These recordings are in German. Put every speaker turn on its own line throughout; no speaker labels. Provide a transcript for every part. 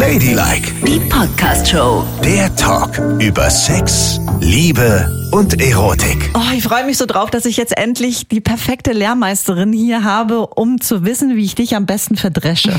Ladylike,
Die Podcast-Show.
der Talk über Sex, Liebe und Erotik.
Oh, ich freue mich so drauf, dass ich jetzt endlich die perfekte Lehrmeisterin hier habe, um zu wissen, wie ich dich am besten verdresche.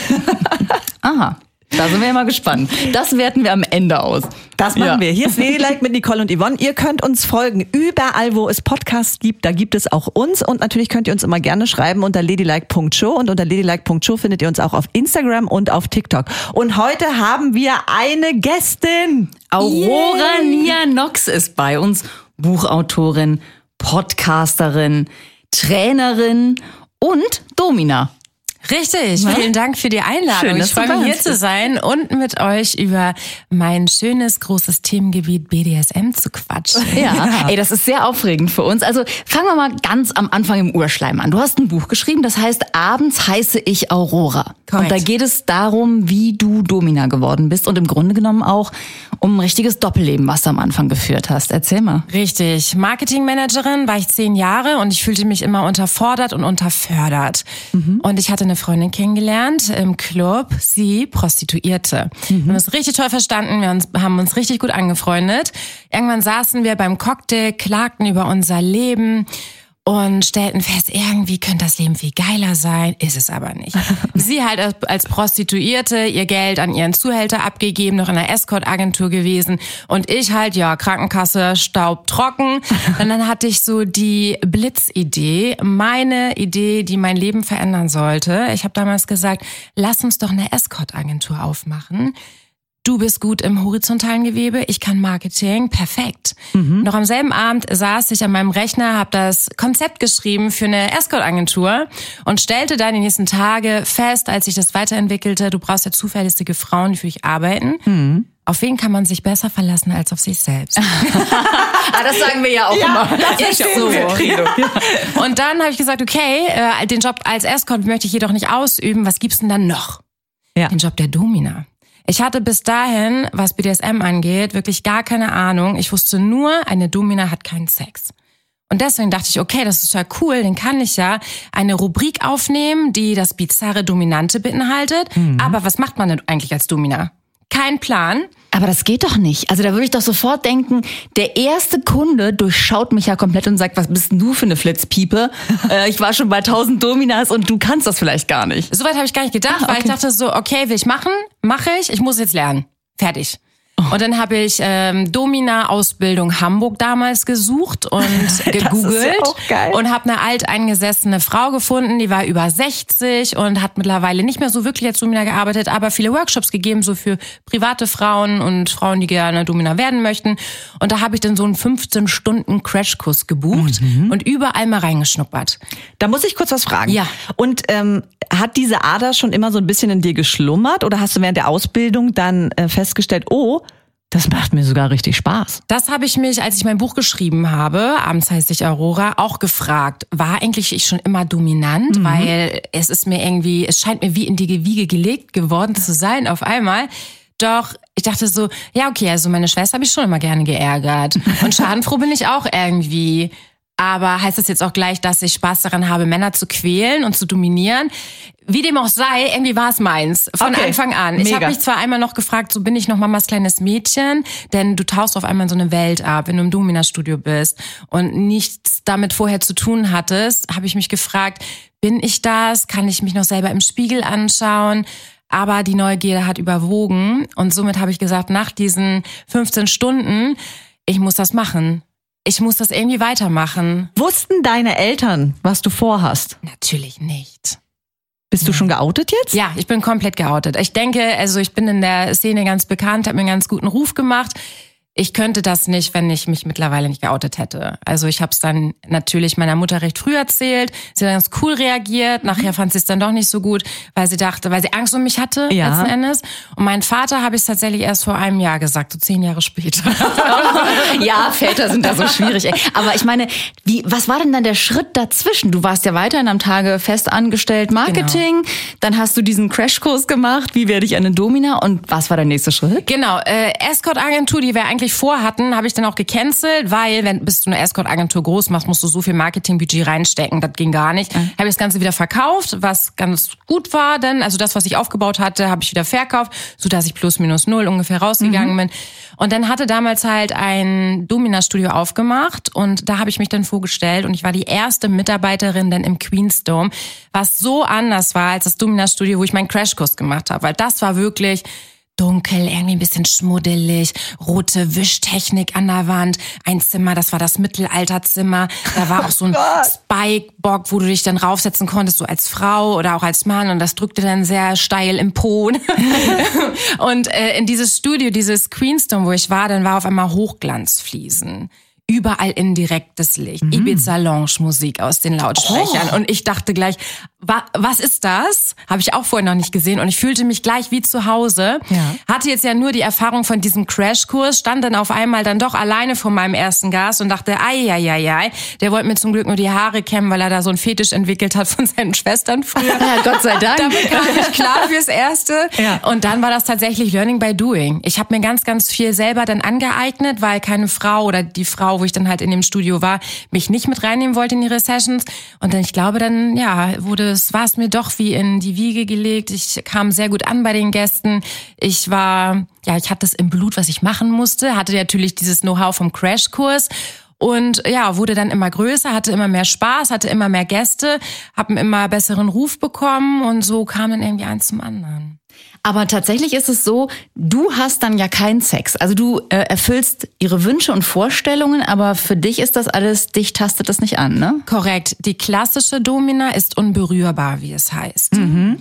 Aha. Da sind wir ja mal gespannt. Das werten wir am Ende aus.
Das machen wir. Hier ist Ladylike mit Nicole und Yvonne. Ihr könnt uns folgen überall, wo es Podcasts gibt. Da gibt es auch uns. Und natürlich könnt ihr uns immer gerne schreiben unter ladylike.show. Und unter ladylike.show findet ihr uns auch auf Instagram und auf TikTok. Und heute haben wir eine Gästin.
Aurora Nia Nox ist bei uns. Buchautorin, Podcasterin, Trainerin und Domina.
Richtig, vielen Dank für die Einladung.
Schön, dass
ich freue
du bei
mich hier
uns
zu
bist.
sein und mit euch über mein schönes, großes Themengebiet BDSM zu quatschen.
Ja, ey, das ist sehr aufregend für uns. Also fangen wir mal ganz am Anfang im Urschleim an. Du hast ein Buch geschrieben, das heißt Abends heiße ich Aurora.
Korrekt.
Und da geht es darum, wie du Domina geworden bist und im Grunde genommen auch um ein richtiges Doppelleben, was du am Anfang geführt hast. Erzähl mal.
Richtig, Marketingmanagerin war ich 10 Jahre und ich fühlte mich immer unterfordert und unterfördert. Und ich hatte eine Freundin kennengelernt im Club, sie Prostituierte. Wir haben uns richtig toll verstanden, haben uns richtig gut angefreundet. Irgendwann saßen wir beim Cocktail, klagten über unser Leben und stellten fest, irgendwie könnte das Leben viel geiler sein, ist es aber nicht. Sie halt als Prostituierte ihr Geld an ihren Zuhälter abgegeben, noch in einer Escort-Agentur gewesen und ich halt, ja, Krankenkasse, staubtrocken. Und dann hatte ich so die Blitzidee, meine Idee, die mein Leben verändern sollte. Ich habe damals gesagt, lass uns doch eine Escort-Agentur aufmachen. Du bist gut im horizontalen Gewebe, ich kann Marketing, perfekt. Noch am selben Abend saß ich an meinem Rechner, habe das Konzept geschrieben für eine Escort-Agentur und stellte dann die nächsten Tage fest, als ich das weiterentwickelte, du brauchst ja zuverlässige Frauen, die für dich arbeiten. Auf wen kann man sich besser verlassen als auf sich selbst?
Das sagen wir ja auch immer.
Ist so. Und dann habe ich gesagt, okay, den Job als Escort möchte ich jedoch nicht ausüben, was gibt's denn dann noch?
Ja.
Den Job der Domina. Ich hatte bis dahin, was BDSM angeht, wirklich gar keine Ahnung. Ich wusste nur, eine Domina hat keinen Sex. Und deswegen dachte ich, okay, das ist ja cool, den kann ich ja eine Rubrik aufnehmen, die das bizarre Dominante beinhaltet. Aber was macht man denn eigentlich als Domina? Kein Plan.
Aber das geht doch nicht. Also da würde ich doch sofort denken, der erste Kunde durchschaut mich ja komplett und sagt, was bist denn du für eine Flitzpiepe? Ich war schon bei 1000 Dominas und du kannst das vielleicht gar nicht.
Soweit habe ich gar nicht gedacht, weil ich dachte so, okay, will ich machen, mache ich muss jetzt lernen. Fertig. Und dann habe ich Domina-Ausbildung Hamburg damals gesucht und gegoogelt
ist ja auch geil.
und habe eine alteingesessene Frau gefunden, die war über 60 und hat mittlerweile nicht mehr so wirklich als Domina gearbeitet, aber viele Workshops gegeben, so für private Frauen und Frauen, die gerne Domina werden möchten. Und da habe ich dann so einen 15-Stunden-Crashkurs gebucht und überall mal reingeschnuppert.
Da muss ich kurz was fragen.
Ja.
Und hat diese Ader schon immer so ein bisschen in dir geschlummert oder hast du während der Ausbildung dann festgestellt, oh, das macht mir sogar richtig Spaß?
Das habe ich mich, als ich mein Buch geschrieben habe, Abends heißt ich Aurora, auch gefragt. War eigentlich ich schon immer dominant? Weil es scheint mir wie in die Wiege gelegt geworden zu sein auf einmal. Doch ich dachte so, ja okay, also meine Schwester habe ich schon immer gerne geärgert. Und schadenfroh bin ich auch irgendwie. Aber heißt das jetzt auch gleich, dass ich Spaß daran habe, Männer zu quälen und zu dominieren? Wie dem auch sei, irgendwie war es meins. Von Anfang an. Ich habe mich zwar einmal noch gefragt, so bin ich noch Mamas kleines Mädchen, denn du tauchst auf einmal in so eine Welt ab, wenn du im Domina-Studio bist und nichts damit vorher zu tun hattest, habe ich mich gefragt, bin ich das? Kann ich mich noch selber im Spiegel anschauen? Aber die Neugierde hat überwogen und somit habe ich gesagt, nach diesen 15 Stunden, ich muss das machen. Ich muss das irgendwie weitermachen.
Wussten deine Eltern, was du vorhast?
Natürlich nicht.
Bist du schon geoutet jetzt?
Ja, ich bin komplett geoutet. Ich denke, also ich bin in der Szene ganz bekannt, habe mir einen ganz guten Ruf gemacht. Ich könnte das nicht, wenn ich mich mittlerweile nicht geoutet hätte. Also ich habe es dann natürlich meiner Mutter recht früh erzählt. Sie hat ganz cool reagiert. Nachher fand sie es dann doch nicht so gut, weil sie Angst um mich hatte letzten Endes. Und meinem Vater habe ich es tatsächlich erst vor einem Jahr gesagt, so 10 Jahre später.
Ja, Väter sind da so schwierig. Ey. Aber ich meine, was war denn dann der Schritt dazwischen? Du warst ja weiterhin am Tage fest angestellt Marketing. Genau. Dann hast du diesen Crashkurs gemacht. Wie werde ich eine Domina? Und was war der nächste Schritt?
Genau, Escort-Agentur, die wäre eigentlich eigentlich vorhatten, habe ich dann auch gecancelt, weil bis du eine Escort-Agentur groß machst, musst du so viel Marketingbudget reinstecken. Das ging gar nicht. Habe ich das Ganze wieder verkauft, was ganz gut war dann. Also das, was ich aufgebaut hatte, habe ich wieder verkauft, sodass ich plus minus null ungefähr rausgegangen bin. Und dann hatte damals halt ein Domina-Studio aufgemacht und da habe ich mich dann vorgestellt und ich war die erste Mitarbeiterin dann im Queen's Dome, was so anders war als das Domina-Studio, wo ich meinen Crashkurs gemacht habe, weil das war wirklich dunkel, irgendwie ein bisschen schmuddelig, rote Wischtechnik an der Wand, ein Zimmer, das war das Mittelalterzimmer, da war auch so ein Spikebock, wo du dich dann raufsetzen konntest, so als Frau oder auch als Mann und das drückte dann sehr steil im Po. Und in dieses Studio, dieses Queen's Dome, wo ich war, dann war auf einmal Hochglanzfliesen. Überall indirektes Licht, Ibiza-Lounge-Musik aus den Lautsprechern. Und ich dachte gleich, was ist das? Habe ich auch vorher noch nicht gesehen. Und ich fühlte mich gleich wie zu Hause. Ja. Hatte jetzt ja nur die Erfahrung von diesem Crashkurs, stand dann auf einmal dann doch alleine vor meinem ersten Gast und dachte, ei, der wollte mir zum Glück nur die Haare kämmen, weil er da so einen Fetisch entwickelt hat von seinen Schwestern früher.
Ja, Gott sei Dank.
Damit kam ich klar fürs Erste. Ja. Und dann war das tatsächlich Learning by Doing. Ich habe mir ganz, ganz viel selber dann angeeignet, weil keine Frau oder die Frau, wo ich dann halt in dem Studio war, mich nicht mit reinnehmen wollte in ihre Sessions. Und dann, ich glaube, dann, war es mir doch wie in die Wiege gelegt. Ich kam sehr gut an bei den Gästen. Ich hatte es im Blut, was ich machen musste. Hatte natürlich dieses Know-how vom Crashkurs. Und wurde dann immer größer, hatte immer mehr Spaß, hatte immer mehr Gäste, habe einen immer besseren Ruf bekommen und so kam dann irgendwie eins zum anderen.
Aber tatsächlich ist es so, du hast dann ja keinen Sex. Also du erfüllst ihre Wünsche und Vorstellungen, aber für dich ist das alles, dich tastet das nicht an, ne?
Korrekt. Die klassische Domina ist unberührbar, wie es heißt.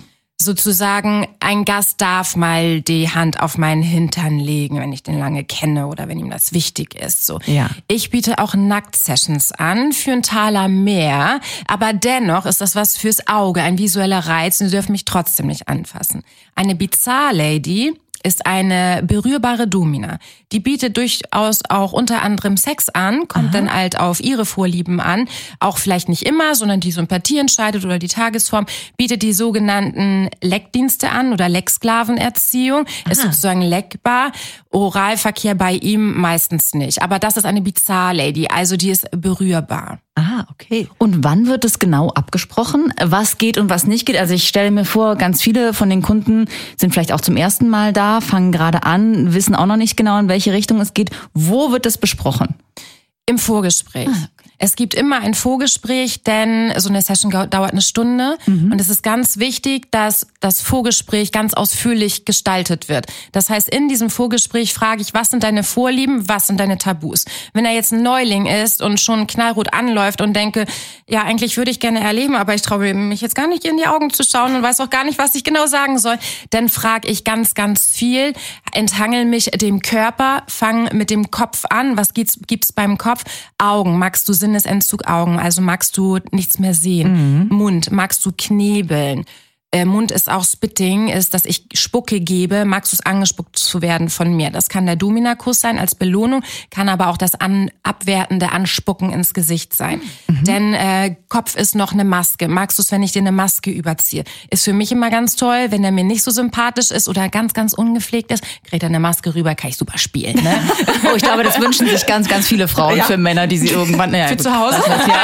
Sozusagen, ein Gast darf mal die Hand auf meinen Hintern legen, wenn ich den lange kenne oder wenn ihm das wichtig ist. So. Ja. Ich biete auch Nackt-Sessions an für einen Taler mehr, aber dennoch ist das was fürs Auge, ein visueller Reiz und sie dürfen mich trotzdem nicht anfassen. Eine Bizarre-Lady ist eine berührbare Domina. Die bietet durchaus auch unter anderem Sex an, kommt dann halt auf ihre Vorlieben an, auch vielleicht nicht immer, sondern die Sympathie entscheidet oder die Tagesform, bietet die sogenannten Leckdienste an oder Lecksklavenerziehung, ist sozusagen leckbar, Oralverkehr bei ihm meistens nicht. Aber das ist eine Bizarre-Lady, also die ist berührbar.
Ah, okay. Und wann wird es genau abgesprochen? Was geht und was nicht geht? Also ich stelle mir vor, ganz viele von den Kunden sind vielleicht auch zum ersten Mal da, fangen gerade an, wissen auch noch nicht genau, in welche Richtung es geht. Wo wird es besprochen?
Im Vorgespräch. Okay. Es gibt immer ein Vorgespräch, denn so eine Session dauert eine Stunde. Und es ist ganz wichtig, dass das Vorgespräch ganz ausführlich gestaltet wird. Das heißt, in diesem Vorgespräch frage ich, was sind deine Vorlieben, was sind deine Tabus? Wenn er jetzt ein Neuling ist und schon knallrot anläuft und denke, ja, eigentlich würde ich gerne erleben, aber ich traue mich jetzt gar nicht in die Augen zu schauen und weiß auch gar nicht, was ich genau sagen soll, dann frage ich ganz, ganz viel, enthangel mich dem Körper, fange mit dem Kopf an. Was gibt's beim Kopf? Augen, magst du Sinnesentzug Augen, also magst du nichts mehr sehen. Mund, magst du knebeln. Mund ist auch Spitting, ist, dass ich Spucke gebe, magst du es angespuckt zu werden von mir. Das kann der Domina-Kuss sein als Belohnung, kann aber auch das abwertende Anspucken ins Gesicht sein. Denn Kopf ist noch eine Maske. Magst du es, wenn ich dir eine Maske überziehe? Ist für mich immer ganz toll, wenn er mir nicht so sympathisch ist oder ganz, ganz ungepflegt ist, kriegt er eine Maske rüber, kann ich super spielen. Ne?
Oh, ich glaube, das wünschen sich ganz, ganz viele Frauen für Männer, die sie irgendwann...
für zu Hause?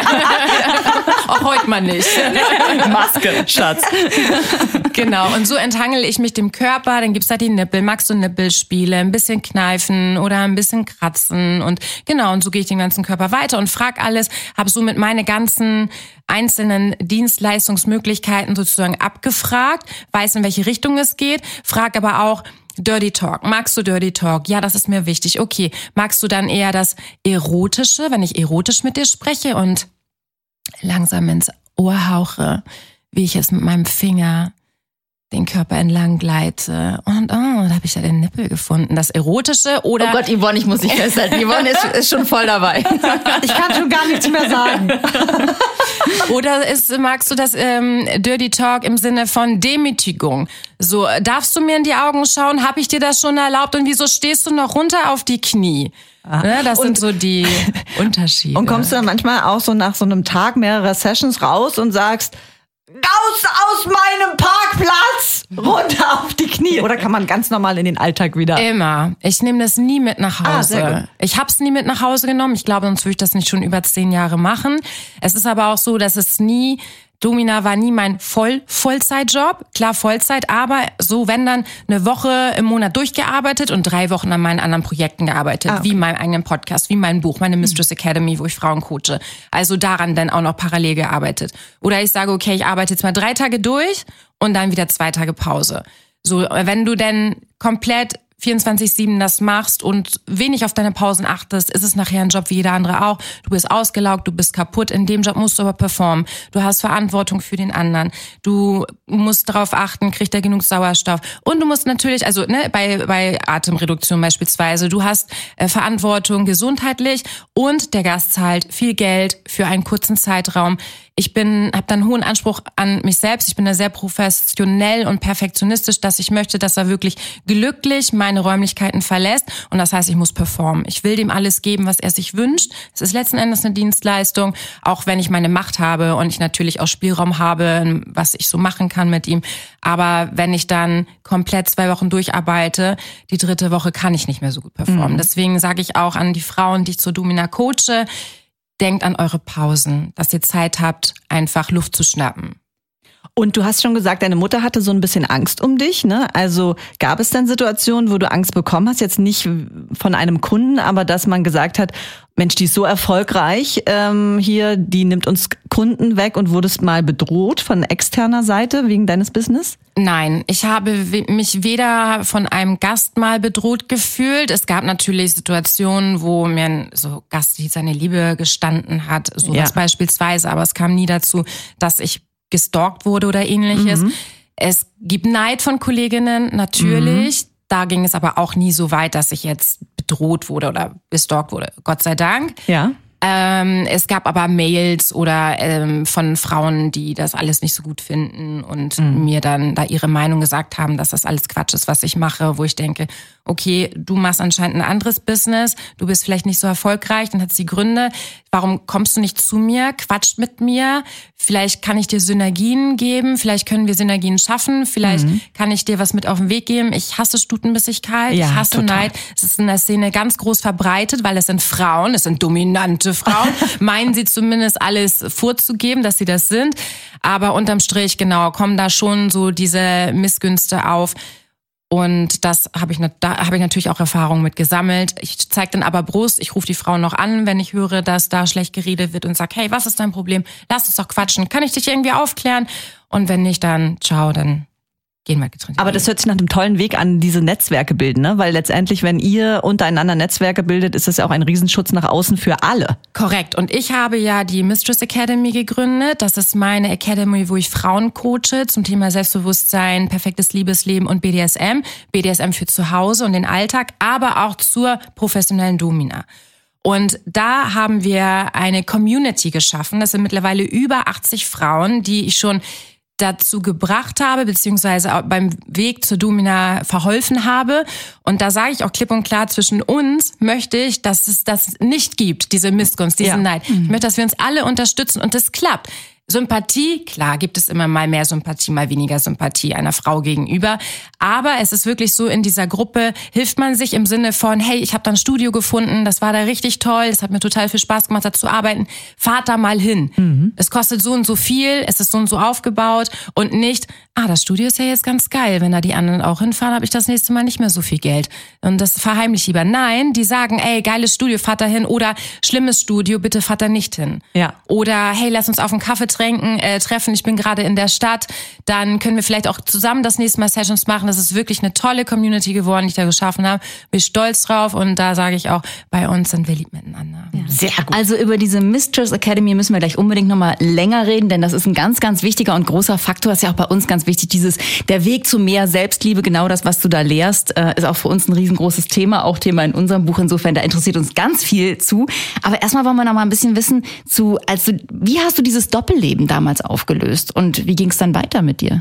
Auch heute mal nicht.
Maske, Schatz.
Genau, und so enthangel ich mich dem Körper, dann gibt's da die Nippel, magst du Nippelspiele, ein bisschen kneifen oder ein bisschen kratzen und genau, und so gehe ich den ganzen Körper weiter und frag alles, habe somit meine ganzen einzelnen Dienstleistungsmöglichkeiten sozusagen abgefragt, weiß, in welche Richtung es geht, frag aber auch, Dirty Talk. Magst du Dirty Talk? Ja, das ist mir wichtig. Okay, magst du dann eher das Erotische, wenn ich erotisch mit dir spreche und langsam ins Ohr hauche, wie ich es mit meinem Finger den Körper entlang gleite. Und da habe ich ja den Nippel gefunden. Das Erotische oder...
Oh Gott, Yvonne, ich muss dich festhalten. Yvonne ist schon voll dabei.
Ich kann schon gar nichts mehr sagen.
Oder magst du das Dirty Talk im Sinne von Demütigung? So, darfst du mir in die Augen schauen? Habe ich dir das schon erlaubt? Und wieso stehst du noch runter auf die Knie? Ne, das sind so die Unterschiede.
Und kommst du dann manchmal auch so nach so einem Tag mehrerer Sessions raus und sagst, raus aus meinem Parkplatz, runter auf die Knie. Oder kann man ganz normal in den Alltag wieder?
Immer. Ich nehme das nie mit nach Hause.
Sehr gut.
Ich habe es nie mit nach Hause genommen. Ich glaube, sonst würde ich das nicht schon über 10 Jahre machen. Es ist aber auch so, dass Domina war nie mein Vollzeitjob. Klar Vollzeit, aber so, wenn dann eine Woche im Monat durchgearbeitet und 3 Wochen an meinen anderen Projekten gearbeitet.
Okay.
Wie meinem eigenen Podcast, wie mein Buch, meine Mistress Academy, wo ich Frauen coache. Also daran dann auch noch parallel gearbeitet. Oder ich sage, okay, ich arbeite jetzt mal 3 Tage durch und dann wieder 2 Tage Pause. So, wenn du denn komplett 24/7 das machst und wenig auf deine Pausen achtest, ist es nachher ein Job wie jeder andere auch. Du bist ausgelaugt, du bist kaputt. In dem Job musst du aber performen. Du hast Verantwortung für den anderen. Du musst darauf achten, kriegt er genug Sauerstoff. Und du musst natürlich, also bei Atemreduktion beispielsweise, du hast Verantwortung gesundheitlich und der Gast zahlt viel Geld für einen kurzen Zeitraum. Ich habe da einen hohen Anspruch an mich selbst. Ich bin da sehr professionell und perfektionistisch, dass ich möchte, dass er wirklich glücklich meine Räumlichkeiten verlässt. Und das heißt, ich muss performen. Ich will dem alles geben, was er sich wünscht. Es ist letzten Endes eine Dienstleistung, auch wenn ich meine Macht habe und ich natürlich auch Spielraum habe, was ich so machen kann mit ihm. Aber wenn ich dann komplett 2 Wochen durcharbeite, die 3. Woche kann ich nicht mehr so gut performen. Deswegen sage ich auch an die Frauen, die ich zur Domina coache, denkt an eure Pausen, dass ihr Zeit habt, einfach Luft zu schnappen.
Und du hast schon gesagt, deine Mutter hatte so ein bisschen Angst um dich, ne? Also gab es dann Situationen, wo du Angst bekommen hast, jetzt nicht von einem Kunden, aber dass man gesagt hat, Mensch, die ist so erfolgreich hier, die nimmt uns Kunden weg, und wurdest mal bedroht von externer Seite wegen deines Business?
Nein, ich habe mich weder von einem Gast mal bedroht gefühlt. Es gab natürlich Situationen, wo mir so Gast seine Liebe gestanden hat, sowas beispielsweise, aber es kam nie dazu, dass ich gestalkt wurde oder ähnliches. Es gibt Neid von Kolleginnen, natürlich. Da ging es aber auch nie so weit, dass ich jetzt bedroht wurde oder gestalkt wurde. Gott sei Dank.
Ja.
Es gab aber Mails oder von Frauen, die das alles nicht so gut finden und mir dann da ihre Meinung gesagt haben, dass das alles Quatsch ist, was ich mache, wo ich denke, okay, du machst anscheinend ein anderes Business, du bist vielleicht nicht so erfolgreich, dann hat sie Gründe. Warum kommst du nicht zu mir, quatscht mit mir? Vielleicht kann ich dir Synergien geben, vielleicht können wir Synergien schaffen, vielleicht kann ich dir was mit auf den Weg geben. Ich hasse Stutenbissigkeit, ich hasse Neid. Es ist in der Szene ganz groß verbreitet, weil es sind Frauen, es sind dominante Frauen, meinen sie zumindest alles vorzugeben, dass sie das sind. Aber unterm Strich, genau, kommen da schon so diese Missgünste auf. Und da habe ich natürlich auch Erfahrungen mit gesammelt. Ich zeige dann aber Brust, ich rufe die Frauen noch an, wenn ich höre, dass da schlecht geredet wird, und sage, hey, was ist dein Problem? Lass uns doch quatschen. Kann ich dich irgendwie aufklären? Und wenn nicht, dann ciao, dann gehen wir getrennt.
Aber das hört sich nach einem tollen Weg an, diese Netzwerke bilden, ne? Weil letztendlich, wenn ihr untereinander Netzwerke bildet, ist das ja auch ein Riesenschutz nach außen für alle.
Korrekt. Und ich habe ja die Mistress Academy gegründet. Das ist meine Academy, wo ich Frauen coache zum Thema Selbstbewusstsein, perfektes Liebesleben und BDSM. BDSM für zu Hause und den Alltag, aber auch zur professionellen Domina. Und da haben wir eine Community geschaffen. Das sind mittlerweile über 80 Frauen, die ich schon dazu gebracht habe, beziehungsweise beim Weg zur Domina verholfen habe. Und da sage ich auch klipp und klar, zwischen uns möchte ich, dass es das nicht gibt, diese Missgunst, diesen Neid. Ich möchte, dass wir uns alle unterstützen, und das klappt. Sympathie, klar, gibt es immer mal mehr Sympathie, mal weniger Sympathie einer Frau gegenüber. Aber es ist wirklich so, in dieser Gruppe hilft man sich im Sinne von, hey, ich habe da ein Studio gefunden, das war da richtig toll, es hat mir total viel Spaß gemacht, da zu arbeiten. Fahrt da mal hin. Es kostet so und so viel, es ist so und so aufgebaut, und nicht, das Studio ist ja jetzt ganz geil, wenn da die anderen auch hinfahren, habe ich das nächste Mal nicht mehr so viel Geld. Und das verheimliche ich lieber. Nein, die sagen, ey, geiles Studio, fahrt da hin, oder schlimmes Studio, bitte fahrt da nicht hin.
Ja.
Oder hey, lass uns auf einen Kaffee treffen, ich bin gerade in der Stadt, dann können wir vielleicht auch zusammen das nächste Mal Sessions machen. Das ist wirklich eine tolle Community geworden, die ich da geschaffen habe. Bin stolz drauf, und da sage ich auch, bei uns sind wir lieb miteinander.
Ja. Sehr gut. Also über diese Mistress Academy müssen wir gleich unbedingt nochmal länger reden, denn das ist ein ganz, ganz wichtiger und großer Faktor. Das ist ja auch bei uns ganz wichtig, der Weg zu mehr Selbstliebe, genau das, was du da lehrst, ist auch für uns ein riesengroßes Thema, auch Thema in unserem Buch. Insofern, da interessiert uns ganz viel zu. Aber erstmal wollen wir noch mal ein bisschen wissen, wie hast du dieses Doppelleben damals aufgelöst und wie ging es dann weiter mit dir?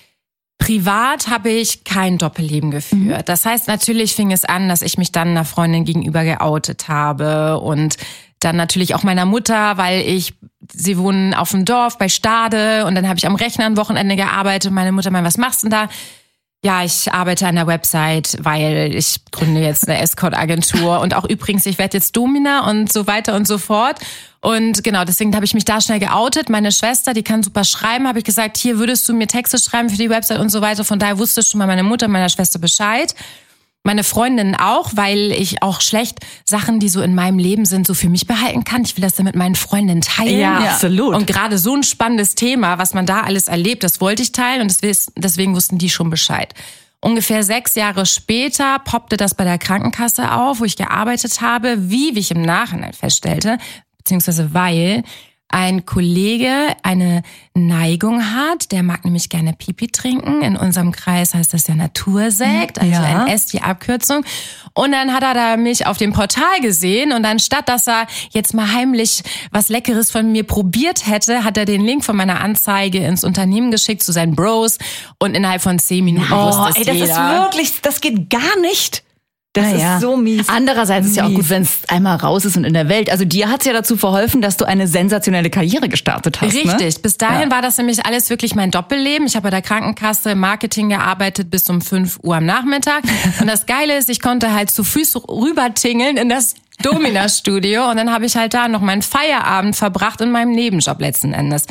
Privat habe ich kein Doppelleben geführt. Das heißt, natürlich fing es an, dass ich mich dann einer Freundin gegenüber geoutet habe, und dann natürlich auch meiner Mutter, weil sie wohnen auf dem Dorf bei Stade und dann habe ich am Rechner ein Wochenende gearbeitet und meine Mutter meinte, was machst du denn da? Ja, ich arbeite an der Website, weil ich gründe jetzt eine Escort-Agentur und auch übrigens, ich werde jetzt Domina und so weiter und so fort. Und genau, deswegen habe ich mich da schnell geoutet. Meine Schwester, die kann super schreiben, habe ich gesagt, hier würdest du mir Texte schreiben für die Website und so weiter. Von daher wusste schon mal meine Mutter, meiner Schwester Bescheid. Meine Freundinnen auch, weil ich auch schlecht Sachen, die so in meinem Leben sind, so für mich behalten kann. Ich will das dann mit meinen Freundinnen teilen.
Ja, absolut.
Und gerade so ein spannendes Thema, was man da alles erlebt, das wollte ich teilen und deswegen wussten die schon Bescheid. Ungefähr 6 Jahre später poppte das bei der Krankenkasse auf, wo ich gearbeitet habe, wie ich im Nachhinein feststellte, beziehungsweise weil ein Kollege eine Neigung hat, der mag nämlich gerne Pipi trinken. In unserem Kreis heißt das ja Natursekt, also NS die Abkürzung. Und dann hat er da mich auf dem Portal gesehen und anstatt, dass er jetzt mal heimlich was Leckeres von mir probiert hätte, hat er den Link von meiner Anzeige ins Unternehmen geschickt zu seinen Bros und innerhalb von 10 Minuten wusste es jeder.
Das ist wirklich, das geht gar nicht. Das ist so mies.
Andererseits ist ja auch gut, wenn es einmal raus ist und in der Welt. Also dir hat's ja dazu verholfen, dass du eine sensationelle Karriere gestartet hast.
Richtig.
Ne?
Bis dahin war das nämlich alles wirklich mein Doppelleben. Ich habe bei der Krankenkasse im Marketing gearbeitet bis um 5 Uhr am Nachmittag. Und das Geile ist, ich konnte halt zu Fuß rübertingeln in das Domina-Studio. Und dann habe ich halt da noch meinen Feierabend verbracht in meinem Nebenjob letzten Endes.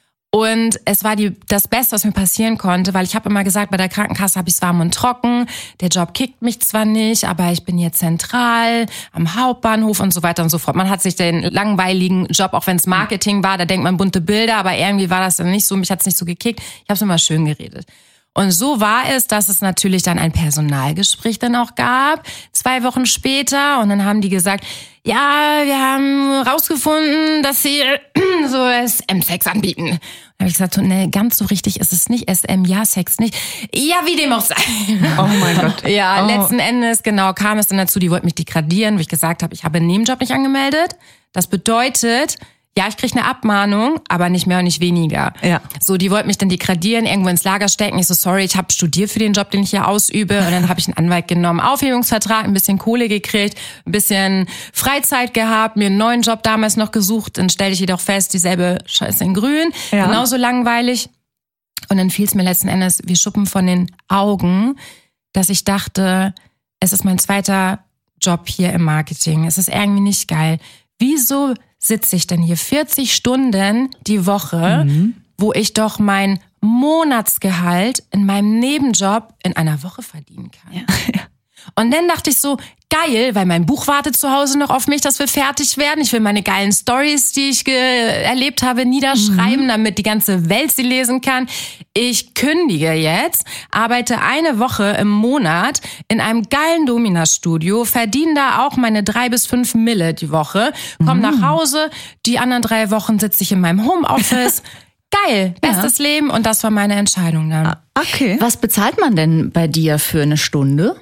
Und es war das Beste, was mir passieren konnte, weil ich habe immer gesagt, bei der Krankenkasse habe ich es warm und trocken. Der Job kickt mich zwar nicht, aber ich bin hier zentral am Hauptbahnhof und so weiter und so fort. Man hat sich den langweiligen Job, auch wenn es Marketing war, da denkt man bunte Bilder, aber irgendwie war das dann nicht so, mich hat es nicht so gekickt. Ich habe es immer schön geredet. Und so war es, dass es natürlich dann ein Personalgespräch dann auch gab, 2 Wochen später. Und dann haben die gesagt, ja, wir haben rausgefunden, dass sie so SM-Sex anbieten. Dann habe ich gesagt, nee, ganz so richtig ist es nicht. SM, ja, Sex nicht. Ja, wie dem auch sei.
Oh mein Gott.
Ja, letzten Endes, genau, kam es dann dazu, die wollten mich degradieren, wo ich gesagt habe, ich habe einen Nebenjob nicht angemeldet. Das bedeutet, ja, ich kriege eine Abmahnung, aber nicht mehr und nicht weniger.
Ja.
So, die wollten mich dann degradieren, irgendwo ins Lager stecken. Ich so, sorry, ich habe studiert für den Job, den ich hier ausübe. Und dann habe ich einen Anwalt genommen, Aufhebungsvertrag, ein bisschen Kohle gekriegt, ein bisschen Freizeit gehabt, mir einen neuen Job damals noch gesucht. Dann stellte ich jedoch fest, dieselbe Scheiße in grün, genauso langweilig. Und dann fiel es mir letzten Endes wie Schuppen von den Augen, dass ich dachte, es ist mein zweiter Job hier im Marketing. Es ist irgendwie nicht geil. Wieso sitze ich denn hier 40 Stunden die Woche, wo ich doch mein Monatsgehalt in meinem Nebenjob in einer Woche verdienen kann? Ja. Und dann dachte ich so, geil, weil mein Buch wartet zu Hause noch auf mich, das will fertig werden. Ich will meine geilen Stories, die ich erlebt habe, niederschreiben, damit die ganze Welt sie lesen kann. Ich kündige jetzt, arbeite 1 Woche im Monat in einem geilen Domina-Studio, verdiene da auch meine 3 bis 5 Mille die Woche, komme nach Hause, die anderen 3 Wochen sitze ich in meinem Homeoffice. Geil, bestes Leben, und das war meine Entscheidung dann.
Okay.
Was bezahlt man denn bei dir für eine Stunde?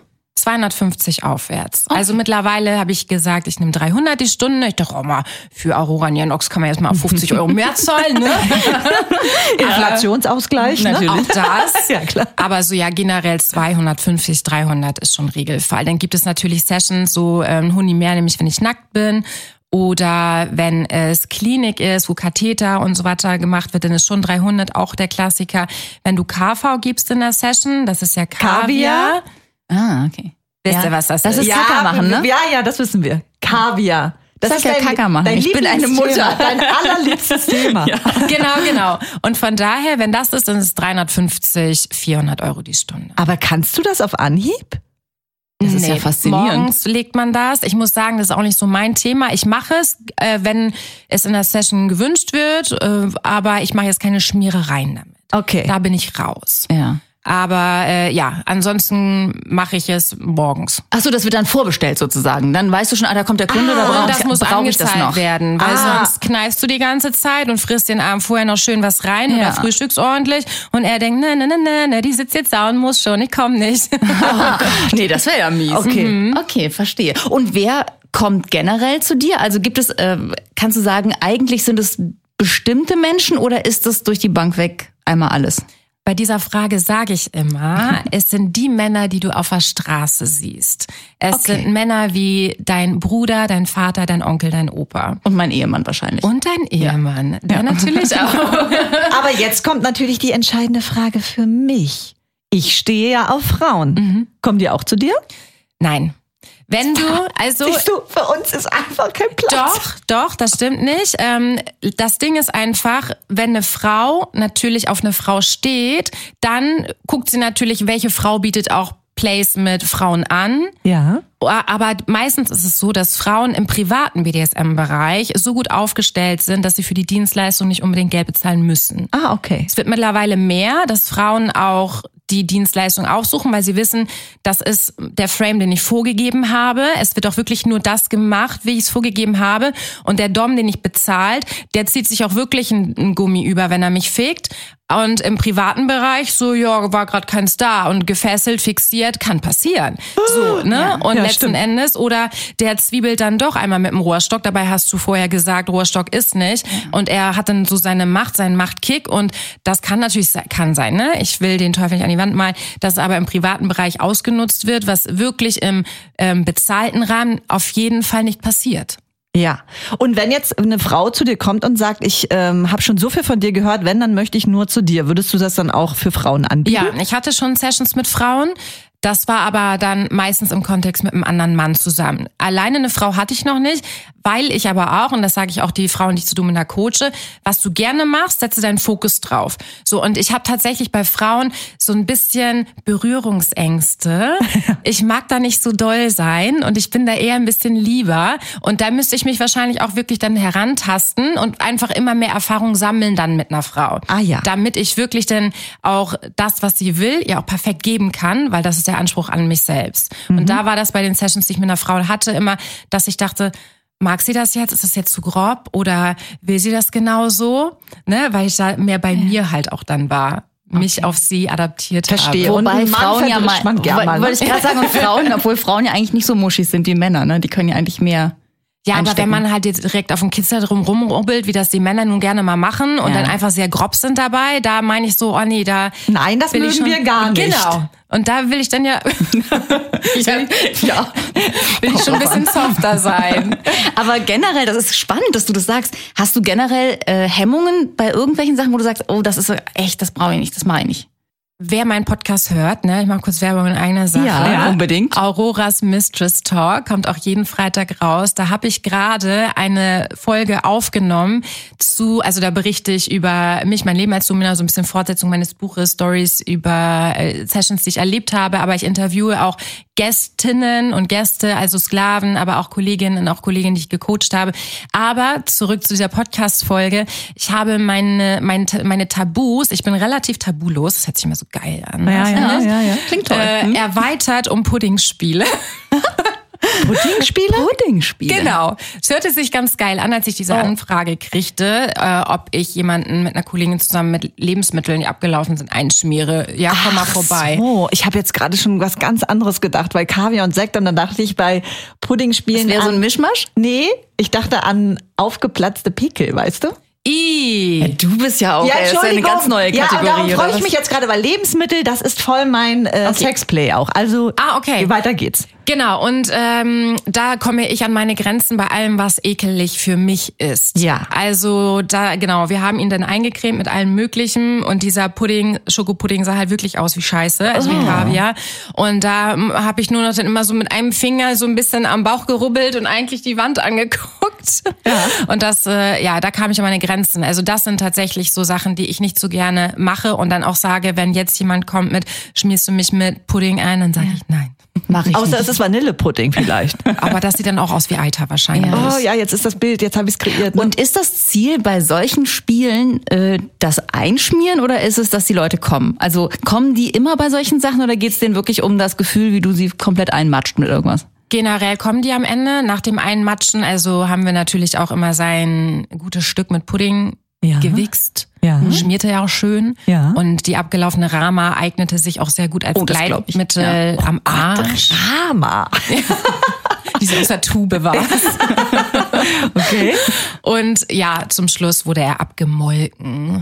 250 aufwärts. Okay. Also mittlerweile habe ich gesagt, ich nehme 300 die Stunde. Ich dachte, mal, für Aurora Nianox kann man jetzt mal 50 Euro mehr zahlen, ne?
Inflationsausgleich, ne?
Natürlich. Auch das.
Ja, klar.
Aber so generell 250, 300 ist schon Regelfall. Dann gibt es natürlich Sessions, so ein Huni mehr, nämlich wenn ich nackt bin. Oder wenn es Klinik ist, wo Katheter und so weiter gemacht wird, dann ist schon 300 auch der Klassiker. Wenn du KV gibst in der Session, das ist ja Kaviar.
Ah, okay.
Wisst ihr, was das ist?
Das ist Kacker machen, ne?
Ja, das wissen wir. Kaviar.
Das ist ja Kacker machen.
Ich bin eine Mutter. Dein allerliebstes Thema.
Ja. Genau. Und von daher, wenn das ist, dann ist es 350, 400 Euro die Stunde.
Aber kannst du das auf Anhieb?
Das ist ja faszinierend.
Morgens legt man das. Ich muss sagen, das ist auch nicht so mein Thema. Ich mache es, wenn es in der Session gewünscht wird, aber ich mache jetzt keine Schmierereien damit.
Okay.
Da bin ich raus.
Ja.
Aber ansonsten mache ich es morgens.
Ach so, das wird dann vorbestellt sozusagen. Dann weißt du schon, da kommt der Kunde, da
das muss
brauche ich das noch
werden, weil sonst kneifst du die ganze Zeit und frisst den Abend vorher noch schön was rein oder frühstückst ordentlich und er denkt, ne, die sitzt jetzt da und muss schon, ich komme nicht.
Nee, das wäre ja mies. Okay, verstehe. Und wer kommt generell zu dir? Also gibt es, kannst du sagen, eigentlich sind es bestimmte Menschen oder ist das durch die Bank weg einmal alles?
Bei dieser Frage sage ich immer, es sind die Männer, die du auf der Straße siehst. Es sind Männer wie dein Bruder, dein Vater, dein Onkel, dein Opa.
Und mein Ehemann wahrscheinlich.
Und dein Ehemann, der natürlich auch.
Aber jetzt kommt natürlich die entscheidende Frage für mich. Ich stehe ja auf Frauen. Kommen die auch zu dir?
Nein. Wenn du, also...
Siehst du, für uns ist einfach kein Platz.
Doch, das stimmt nicht. Das Ding ist einfach, wenn eine Frau natürlich auf eine Frau steht, dann guckt sie natürlich, welche Frau bietet auch Plays mit Frauen an.
Ja.
Aber meistens ist es so, dass Frauen im privaten BDSM-Bereich so gut aufgestellt sind, dass sie für die Dienstleistung nicht unbedingt Geld bezahlen müssen.
Ah, okay.
Es wird mittlerweile mehr, dass Frauen auch die Dienstleistung aufsuchen, weil sie wissen, das ist der Frame, den ich vorgegeben habe. Es wird auch wirklich nur das gemacht, wie ich es vorgegeben habe. Und der Dom, den ich bezahlt, der zieht sich auch wirklich ein Gummi über, wenn er mich fickt. Und im privaten Bereich so, ja, war gerade kein Star und gefesselt, fixiert, kann passieren. So, ne?
Ja,
und
ja,
letzten
stimmt.
Endes, oder der zwiebelt dann doch einmal mit dem Rohrstock. Dabei hast du vorher gesagt, Rohrstock ist nicht. Und er hat dann so seine Macht, seinen Machtkick. Und das kann natürlich, kann sein, ne? Ich will den Teufel nicht an die Wand malen, dass aber im privaten Bereich ausgenutzt wird, was wirklich im bezahlten Rahmen auf jeden Fall nicht passiert.
Ja. Und wenn jetzt eine Frau zu dir kommt und sagt, ich habe schon so viel von dir gehört, wenn, dann möchte ich nur zu dir. Würdest du das dann auch für Frauen anbieten?
Ja, ich hatte schon Sessions mit Frauen. Das war aber dann meistens im Kontext mit einem anderen Mann zusammen. Alleine eine Frau hatte ich noch nicht, weil ich aber auch, und das sage ich auch die Frauen, die ich zu Domina coache, was du gerne machst, setze deinen Fokus drauf. So, und ich habe tatsächlich bei Frauen so ein bisschen Berührungsängste. Ich mag da nicht so doll sein und ich bin da eher ein bisschen lieber. Und da müsste ich mich wahrscheinlich auch wirklich dann herantasten und einfach immer mehr Erfahrung sammeln dann mit einer Frau.
Ah ja.
Damit ich wirklich dann auch das, was sie will, ja auch perfekt geben kann, weil das ist der Anspruch an mich selbst. Und da war das bei den Sessions, die ich mit einer Frau hatte, immer, dass ich dachte, mag sie das jetzt? Ist das jetzt zu grob? Oder will sie das genau so? Ne? Weil ich da mehr bei mir halt auch dann war. Mich auf sie adaptiert
Verstehe.
habe.
Und
Wobei
einen Mann
Frauen ja
verdrischt
mal,
man gern mal, ne?
wollte ich gerade sagen, und Frauen, obwohl Frauen ja eigentlich nicht so muschig sind wie Männer, ne? Die können ja eigentlich mehr.
Ja, aber
einstecken.
wenn man halt jetzt direkt auf dem Kitzel drum rumrubbelt, wie das die Männer nun gerne mal machen und dann einfach sehr grob sind dabei, da meine ich so, oh nee, da...
Nein, das
will ich
mögen wir gar nicht.
Genau. Und da will ich dann ja...
Ja.
will ich schon ein bisschen softer sein.
Aber generell, das ist spannend, dass du das sagst. Hast du generell Hemmungen bei irgendwelchen Sachen, wo du sagst, oh, das ist echt, das brauche ich nicht, das mache ich nicht?
Wer meinen Podcast hört, ne, ich mache kurz Werbung in einer Sache.
Ja, unbedingt.
Auroras Mistress Talk kommt auch jeden Freitag raus. Da habe ich gerade eine Folge aufgenommen also da berichte ich über mich, mein Leben als Domina, so ein bisschen Fortsetzung meines Buches, Stories über Sessions, die ich erlebt habe, aber ich interviewe auch Gästinnen und Gäste, also Sklaven, aber auch Kolleginnen und auch Kollegen, die ich gecoacht habe. Aber zurück zu dieser Podcast-Folge. Ich habe meine Tabus, ich bin relativ tabulos, das hört sich immer so geil an.
Ja.
Klingt toll.
Erweitert um Puddingspiele.
Puddingspiele?
Genau. Es hörte sich ganz geil an, als ich diese Anfrage kriegte, ob ich jemanden mit einer Kollegin zusammen mit Lebensmitteln, die abgelaufen sind, einschmiere. Ja, komm mal vorbei.
Oh, ich habe jetzt gerade schon was ganz anderes gedacht, bei Kaviar und Sekt, und dann dachte ich bei Puddingspielen
Das wäre so ein Mischmasch?
Nee, ich dachte an aufgeplatzte Pickel, weißt du?
Du bist ja auch, das ist ja eine ganz neue Kategorie.
Ja, darum freue
oder
ich
was?
mich jetzt gerade, weil Lebensmittel, das ist voll mein Sexplay auch. Also
okay.
Weiter geht's.
Genau, und da komme ich an meine Grenzen bei allem, was ekelig für mich ist.
Ja.
Also wir haben ihn dann eingecremt mit allem Möglichen und dieser Schokopudding sah halt wirklich aus wie Scheiße, also wie Kaviar. Und da habe ich nur noch dann immer so mit einem Finger so ein bisschen am Bauch gerubbelt und eigentlich die Wand angeguckt. Ja. Und das, da kam ich an meine Grenzen. Also das sind tatsächlich so Sachen, die ich nicht so gerne mache und dann auch sage, wenn jetzt jemand kommt mit, schmierst du mich mit Pudding ein, dann sage ich nein.
Mach ich
Außer
nicht.
es ist Vanillepudding vielleicht.
Aber das sieht dann auch aus wie Eiter wahrscheinlich.
Oh ja, jetzt ist das Bild, jetzt habe ich es kreiert. Ne?
Und ist das Ziel bei solchen Spielen das Einschmieren oder ist es, dass die Leute kommen? Also kommen die immer bei solchen Sachen oder geht es denen wirklich um das Gefühl, wie du sie komplett einmatscht mit irgendwas?
Generell kommen die am Ende nach dem Einmatschen. Also haben wir natürlich auch immer sein gutes Stück mit Pudding gewichst.
Ja.
Schmierte ja auch schön.
Ja.
Und die abgelaufene Rama eignete sich auch sehr gut als
das glaub ich.
Gleitmittel am Arsch.
Rama.
Die so aus der Tube war.
Okay.
Und ja, zum Schluss wurde er abgemolken.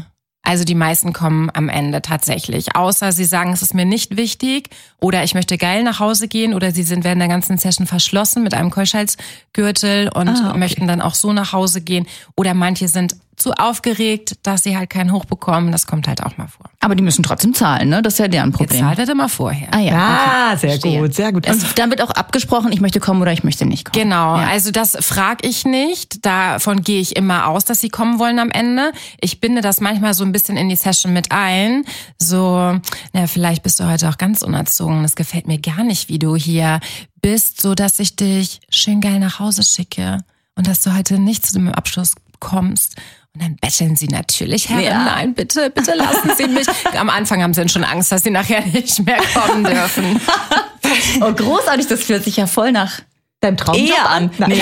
Also die meisten kommen am Ende tatsächlich. Außer sie sagen, es ist mir nicht wichtig oder ich möchte geil nach Hause gehen oder sie sind während der ganzen Session verschlossen mit einem Keuschheitsgürtel und möchten dann auch so nach Hause gehen. Oder manche sind zu aufgeregt, dass sie halt keinen hochbekommen. Das kommt halt auch mal vor.
Aber die müssen trotzdem zahlen, ne? Das ist ja deren Problem.
Gezahlt wird immer vorher.
Ah ja,
sehr
verstehe.
gut, sehr gut.
Und dann wird auch abgesprochen, ich möchte kommen oder ich möchte nicht kommen.
Genau,
Ja.
also das frage ich nicht. Davon gehe ich immer aus, dass sie kommen wollen am Ende. Ich binde das manchmal so ein bisschen in die Session mit ein. So, vielleicht bist du heute auch ganz unerzogen. Das gefällt mir gar nicht, wie du hier bist, so dass ich dich schön geil nach Hause schicke und dass du heute nicht zu dem Abschluss kommst. Und dann betteln sie natürlich, Herrin, nein, bitte lassen Sie mich. Am Anfang haben sie dann schon Angst, dass sie nachher nicht mehr kommen dürfen.
Oh, großartig, das fühlt sich ja voll nach deinem Traumjob an.
Nee.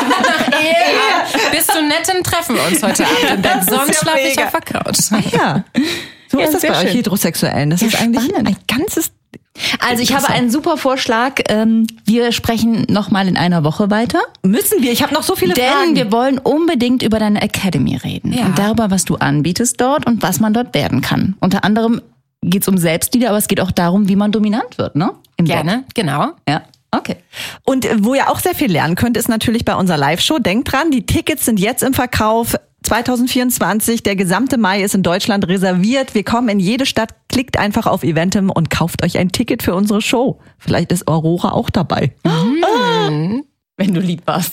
Bist du nett, dann treffen wir uns heute Abend im Bett. Sonst schlafe ich auf der Couch.
Ja. So ist das
sehr
bei euch
schön.
Heterosexuellen. Das
Ja,
ist eigentlich
spannend.
ein ganzes...
Also ich habe einen super Vorschlag. Wir sprechen nochmal in einer Woche weiter.
Müssen wir? Ich habe noch so viele
Denn
Fragen.
wir wollen unbedingt über deine Academy reden.
Ja.
Und darüber, was du anbietest dort und was man dort werden kann. Unter anderem geht es um Selbstliebe, aber es geht auch darum, wie man dominant wird, ne? Im
Gerne, genau.
Bett. Ja, okay.
Und wo ihr auch sehr viel lernen könnt, ist natürlich bei unserer Live-Show. Denkt dran, die Tickets sind jetzt im Verkauf. 2024, der gesamte Mai ist in Deutschland reserviert. Wir kommen in jede Stadt. Klickt einfach auf Eventim und kauft euch ein Ticket für unsere Show. Vielleicht ist Aurora auch dabei.
Wenn du lieb warst.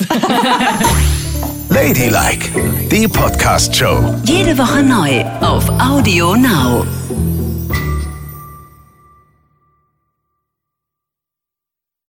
Ladylike, die Podcast-Show.
Jede Woche neu auf Audio Now.